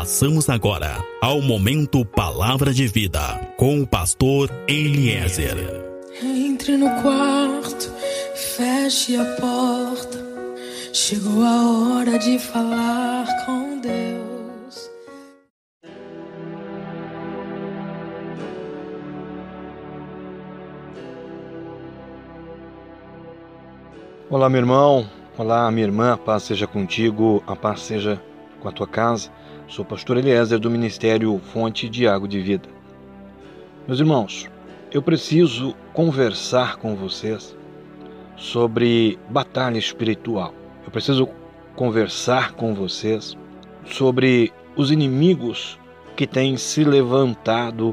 Passamos agora ao momento Palavra de Vida com o pastor Eliezer. Entre no quarto, feche a porta. Chegou a hora de falar com Deus. Olá, meu irmão. Olá, minha irmã. A paz seja contigo, a paz seja com a tua casa. Sou o pastor Eliezer do Ministério Fonte de Água de Vida. Meus irmãos, eu preciso conversar com vocês sobre batalha espiritual. Eu preciso conversar com vocês sobre os inimigos que têm se levantado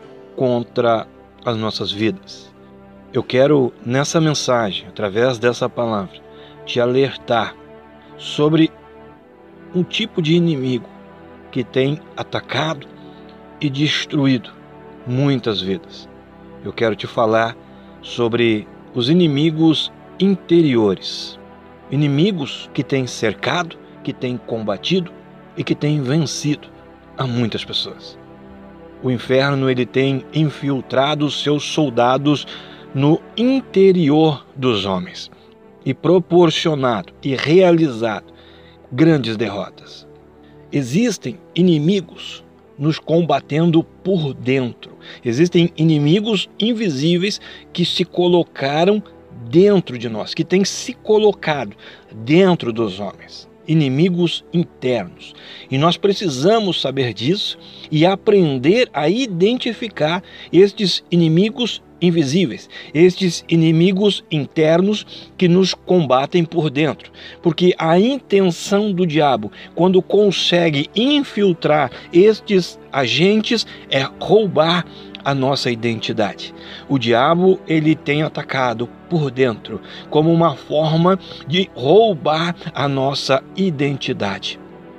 contra as nossas vidas. Eu quero, nessa mensagem, através dessa palavra, te alertar sobre um tipo de inimigo que tem atacado e destruído muitas vidas. Eu quero te falar sobre os inimigos interiores. Inimigos que têm cercado, que têm combatido e que têm vencido a muitas pessoas. O inferno, ele tem infiltrado seus soldados no interior dos homens e proporcionado e realizado grandes derrotas. Existem inimigos nos combatendo por dentro. Existem inimigos invisíveis que se colocaram dentro de nós, que têm se colocado dentro dos homens. Inimigos internos. E nós precisamos saber disso e aprender a identificar estes inimigos invisíveis, estes inimigos internos que nos combatem por dentro. Porque a intenção do diabo, quando consegue infiltrar estes agentes, é roubar a nossa identidade. O diabo, ele tem atacado por dentro como uma forma de roubar a nossa identidade.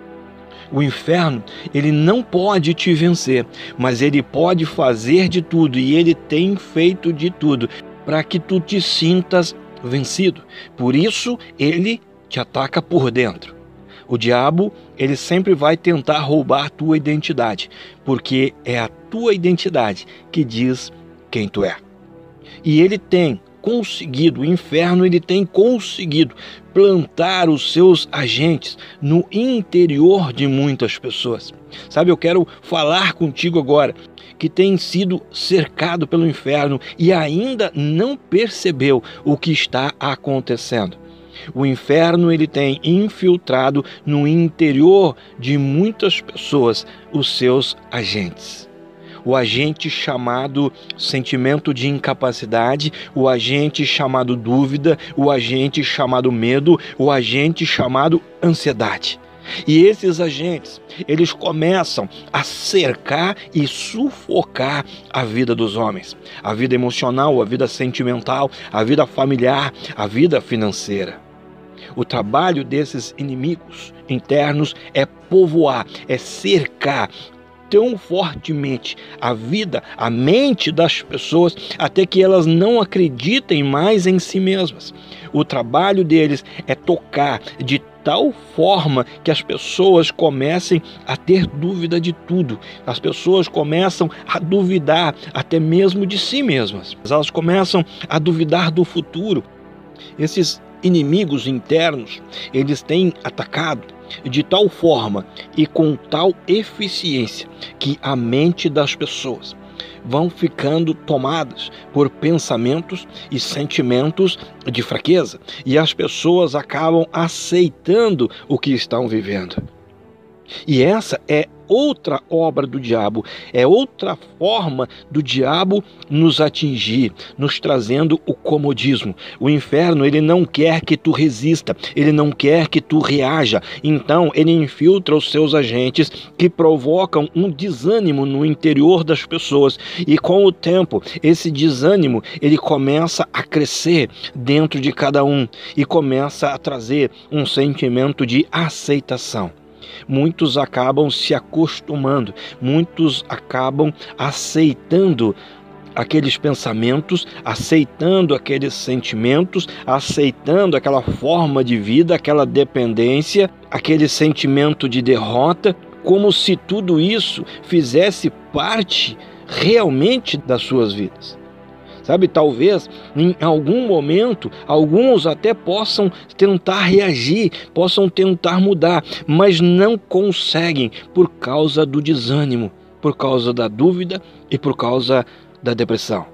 O inferno, ele não pode te vencer, mas ele pode fazer de tudo, e ele tem feito de tudo para que tu te sintas vencido. Por isso, ele te ataca por dentro. O diabo, ele sempre vai tentar roubar a tua identidade, porque é a tua identidade que diz quem tu é. E ele tem conseguido, o inferno, ele tem conseguido plantar os seus agentes no interior de muitas pessoas. Sabe, eu quero falar contigo agora que tem sido cercado pelo inferno e ainda não percebeu o que está acontecendo. O inferno, ele tem infiltrado no interior de muitas pessoas os seus agentes. O agente chamado sentimento de incapacidade, o agente chamado dúvida, o agente chamado medo, o agente chamado ansiedade. E esses agentes, eles começam a cercar e sufocar a vida dos homens. A vida emocional, a vida sentimental, a vida familiar, a vida financeira. O trabalho desses inimigos internos é povoar, é cercar tão fortemente a vida, a mente das pessoas, até que elas não acreditem mais em si mesmas. O trabalho deles é tocar de tal forma que as pessoas comecem a ter dúvida de tudo. As pessoas começam a duvidar até mesmo de si mesmas. Elas começam a duvidar do futuro. Esses inimigos internos, eles têm atacado de tal forma e com tal eficiência que a mente das pessoas vão ficando tomadas por pensamentos e sentimentos de fraqueza, e as pessoas acabam aceitando o que estão vivendo. E essa é outra obra do diabo, é outra forma do diabo nos atingir, nos trazendo o comodismo. O inferno, ele não quer que tu resista, ele não quer que tu reaja. Então, ele infiltra os seus agentes que provocam um desânimo no interior das pessoas. E com o tempo, esse desânimo, ele começa a crescer dentro de cada um e começa a trazer um sentimento de aceitação. Muitos acabam se acostumando, muitos acabam aceitando aqueles pensamentos, aceitando aqueles sentimentos, aceitando aquela forma de vida, aquela dependência, aquele sentimento de derrota, como se tudo isso fizesse parte realmente das suas vidas. Sabe, talvez em algum momento alguns até possam tentar reagir, possam tentar mudar, mas não conseguem por causa do desânimo, por causa da dúvida e por causa da depressão.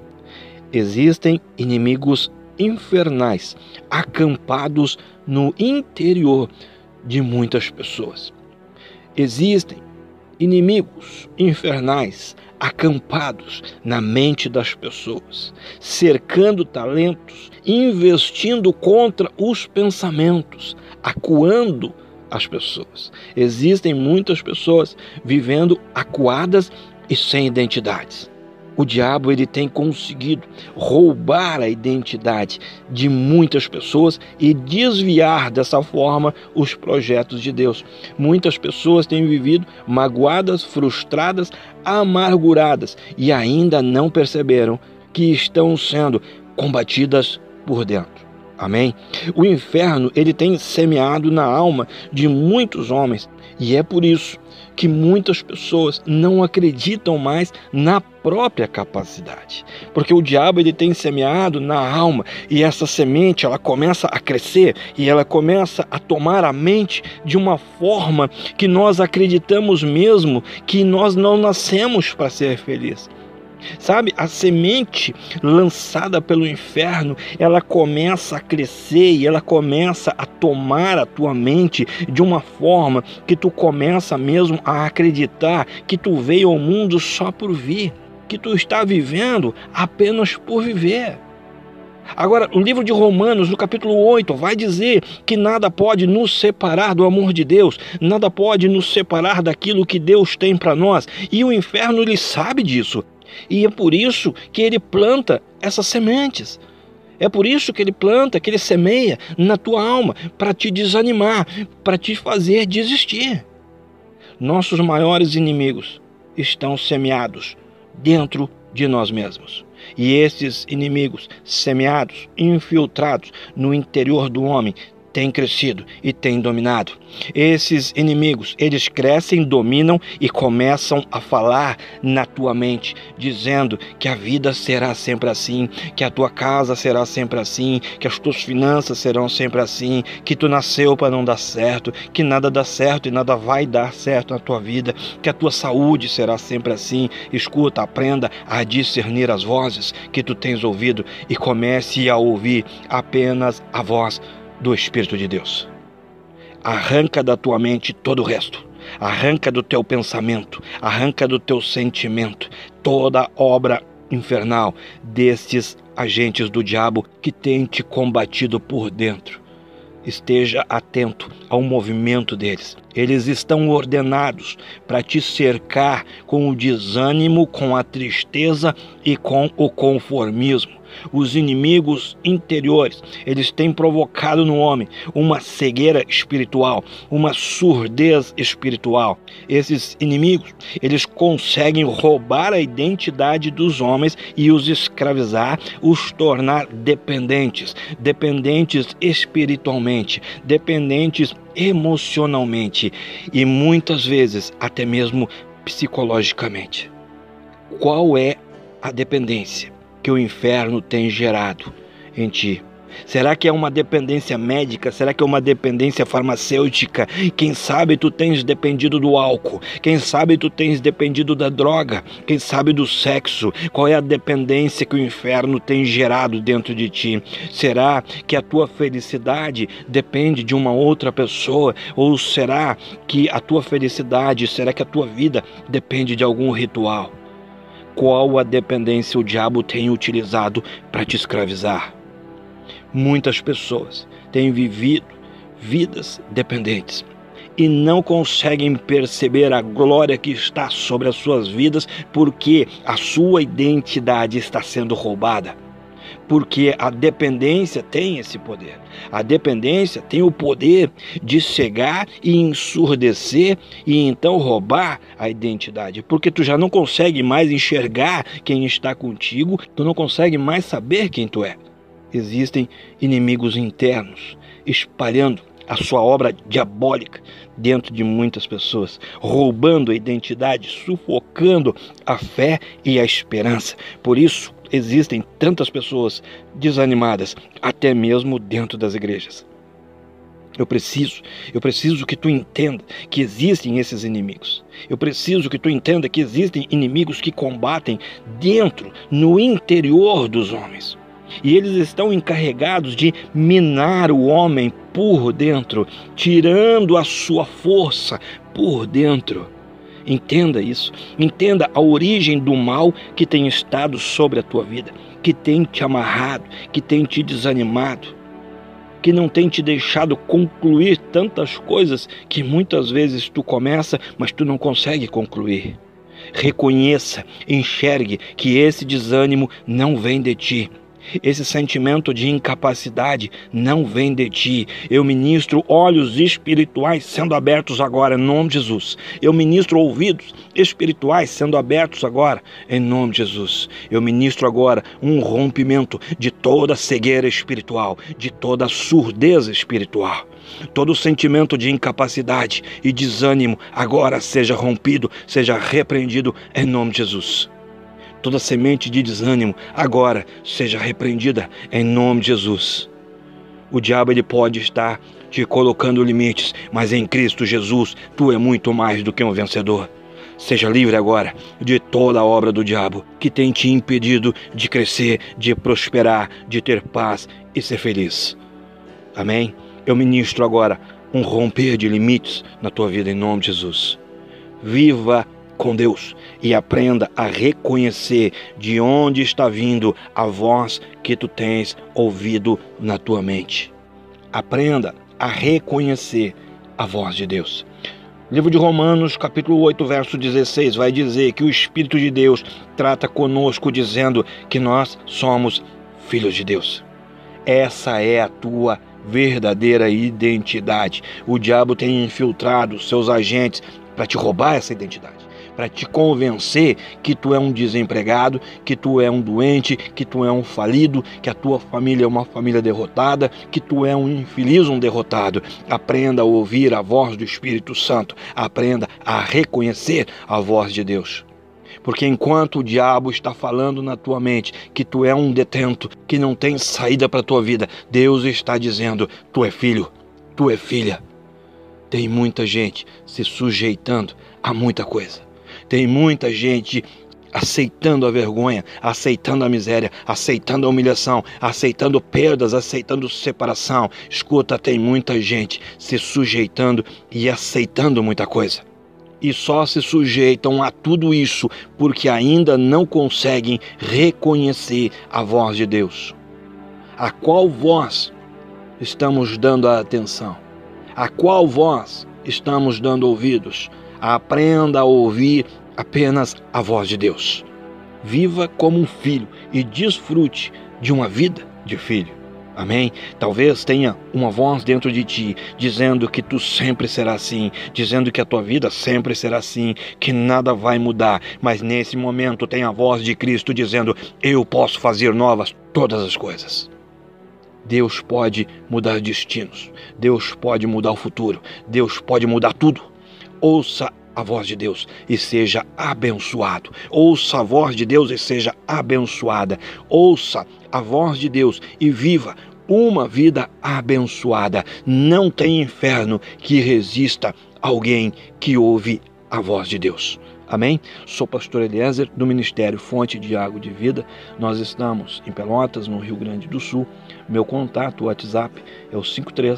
Existem inimigos infernais acampados no interior de muitas pessoas. Existem inimigos infernais acampados na mente das pessoas, cercando talentos, investindo contra os pensamentos, acuando as pessoas. Existem muitas pessoas vivendo acuadas e sem identidades. O diabo ele tem conseguido roubar a identidade de muitas pessoas e desviar dessa forma os projetos de Deus. Muitas pessoas têm vivido magoadas, frustradas, amarguradas e ainda não perceberam que estão sendo combatidas por dentro. Amém? O inferno ele tem semeado na alma de muitos homens e é por isso que muitas pessoas não acreditam mais na própria capacidade. Porque o diabo ele tem semeado na alma e essa semente ela começa a crescer e ela começa a tomar a mente de uma forma que nós acreditamos mesmo que nós não nascemos para ser felizes. Sabe, a semente lançada pelo inferno, ela começa a crescer e ela começa a tomar a tua mente de uma forma que tu começa mesmo a acreditar que tu veio ao mundo só por vir, que tu está vivendo apenas por viver. Agora, o livro de Romanos, no capítulo 8, vai dizer que nada pode nos separar do amor de Deus, nada pode nos separar daquilo que Deus tem para nós, e o inferno ele sabe disso. E é por isso que ele planta essas sementes. É por isso que ele planta, que ele semeia na tua alma, para te desanimar, para te fazer desistir. Nossos maiores inimigos estão semeados dentro de nós mesmos. E esses inimigos semeados, infiltrados no interior do homem, têm crescido e têm dominado. Esses inimigos, eles crescem, dominam e começam a falar na tua mente, dizendo que a vida será sempre assim, que a tua casa será sempre assim, que as tuas finanças serão sempre assim, que tu nasceu para não dar certo, que nada dá certo e nada vai dar certo na tua vida, que a tua saúde será sempre assim. Escuta, aprenda a discernir as vozes que tu tens ouvido e comece a ouvir apenas a voz do Espírito de Deus. Arranca da tua mente todo o resto. Arranca do teu pensamento, arranca do teu sentimento toda obra infernal destes agentes do diabo que tem te combatido por dentro. Esteja atento ao movimento deles. Eles estão ordenados para te cercar com o desânimo, com a tristeza e com o conformismo. Os inimigos interiores, eles têm provocado no homem uma cegueira espiritual, uma surdez espiritual. Esses inimigos, eles conseguem roubar a identidade dos homens e os escravizar, os tornar dependentes espiritualmente, dependentes emocionalmente e muitas vezes até mesmo psicologicamente. Qual é a dependência que o inferno tem gerado em ti? Será que é uma dependência médica? Será que é uma dependência farmacêutica? Quem sabe tu tens dependido do álcool? Quem sabe tu tens dependido da droga? Quem sabe do sexo? Qual é a dependência que o inferno tem gerado dentro de ti? Será que a tua felicidade depende de uma outra pessoa? Ou será que a tua felicidade, será que a tua vida depende de algum ritual? Qual a dependência o diabo tem utilizado para te escravizar? Muitas pessoas têm vivido vidas dependentes e não conseguem perceber a glória que está sobre as suas vidas porque a sua identidade está sendo roubada. Porque a dependência tem esse poder. A dependência tem o poder de cegar e ensurdecer e então roubar a identidade. Porque tu já não consegue mais enxergar quem está contigo, tu não consegue mais saber quem tu é. Existem inimigos internos espalhando a sua obra diabólica dentro de muitas pessoas, roubando a identidade, sufocando a fé e a esperança. Por isso, existem tantas pessoas desanimadas, até mesmo dentro das igrejas. Eu preciso que tu entenda que existem esses inimigos. Eu preciso que tu entenda que existem inimigos que combatem dentro, no interior dos homens. E eles estão encarregados de minar o homem por dentro, tirando a sua força por dentro. Entenda isso. Entenda a origem do mal que tem estado sobre a tua vida, que tem te amarrado, que tem te desanimado, que não tem te deixado concluir tantas coisas que muitas vezes tu começa, mas tu não consegue concluir. Reconheça, enxergue que esse desânimo não vem de ti. Esse sentimento de incapacidade não vem de ti. Eu ministro olhos espirituais sendo abertos agora, em nome de Jesus. Eu ministro ouvidos espirituais sendo abertos agora, em nome de Jesus. Eu ministro agora um rompimento de toda cegueira espiritual, de toda surdez espiritual. Todo sentimento de incapacidade e desânimo agora seja rompido, seja repreendido em nome de Jesus. Toda semente de desânimo agora seja repreendida em nome de Jesus. O diabo ele pode estar te colocando limites, mas em Cristo Jesus tu é muito mais do que um vencedor. Seja livre agora de toda a obra do diabo que tem te impedido de crescer, de prosperar, de ter paz e ser feliz. Amém? Eu ministro agora um romper de limites na tua vida em nome de Jesus. Viva com Deus e aprenda a reconhecer de onde está vindo a voz que tu tens ouvido na tua mente. Aprenda a reconhecer a voz de Deus. Livro de Romanos, capítulo 8, verso 16, vai dizer que o Espírito de Deus trata conosco dizendo que nós somos filhos de Deus. Essa é a tua verdadeira identidade. O diabo tem infiltrado seus agentes para te roubar essa identidade, para te convencer que tu é um desempregado, que tu é um doente, que tu é um falido, que a tua família é uma família derrotada, que tu é um infeliz, um derrotado. Aprenda a ouvir a voz do Espírito Santo. Aprenda a reconhecer a voz de Deus. Porque enquanto o diabo está falando na tua mente que tu é um detento, que não tem saída para a tua vida, Deus está dizendo, tu é filho, tu é filha. Tem muita gente se sujeitando a muita coisa. Tem muita gente aceitando a vergonha, aceitando a miséria, aceitando a humilhação, aceitando perdas, aceitando separação. Escuta, tem muita gente se sujeitando e aceitando muita coisa. E só se sujeitam a tudo isso porque ainda não conseguem reconhecer a voz de Deus. A qual voz estamos dando a atenção? A qual voz estamos dando ouvidos? Aprenda a ouvir apenas a voz de Deus. Viva como um filho e desfrute de uma vida de filho. Amém? Talvez tenha uma voz dentro de ti dizendo que tu sempre será assim, dizendo que a tua vida sempre será assim, que nada vai mudar. Mas nesse momento tem a voz de Cristo dizendo, eu posso fazer novas todas as coisas. Deus pode mudar destinos, Deus pode mudar o futuro, Deus pode mudar tudo. Ouça a voz de Deus e seja abençoado. Ouça a voz de Deus e seja abençoada. Ouça a voz de Deus e viva uma vida abençoada. Não tem inferno que resista a alguém que ouve a voz de Deus. Amém? Sou pastor Eliezer do Ministério Fonte de Água de Vida. Nós estamos em Pelotas, no Rio Grande do Sul. Meu contato, o WhatsApp, é o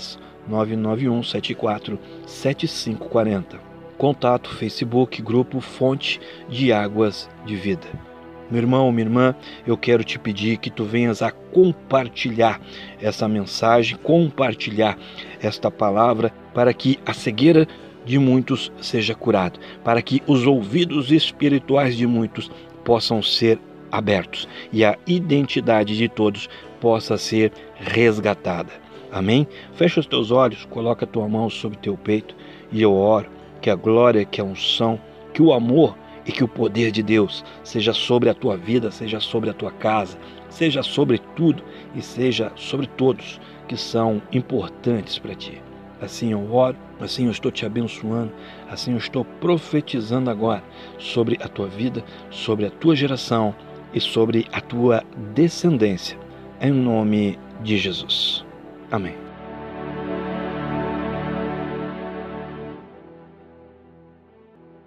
53-99174-7540. Contato Facebook, Grupo Fonte de Águas de Vida. Meu irmão, minha irmã, eu quero te pedir que tu venhas a compartilhar essa mensagem, compartilhar esta palavra, para que a cegueira de muitos seja curada, para que os ouvidos espirituais de muitos possam ser abertos e a identidade de todos possa ser resgatada. Amém? Fecha os teus olhos, coloca a tua mão sobre o teu peito e eu oro que a glória, que a unção, que o amor e que o poder de Deus seja sobre a tua vida, seja sobre a tua casa, seja sobre tudo e seja sobre todos que são importantes para ti. Assim eu oro, assim eu estou te abençoando, assim eu estou profetizando agora sobre a tua vida, sobre a tua geração e sobre a tua descendência, em nome de Jesus. Amém.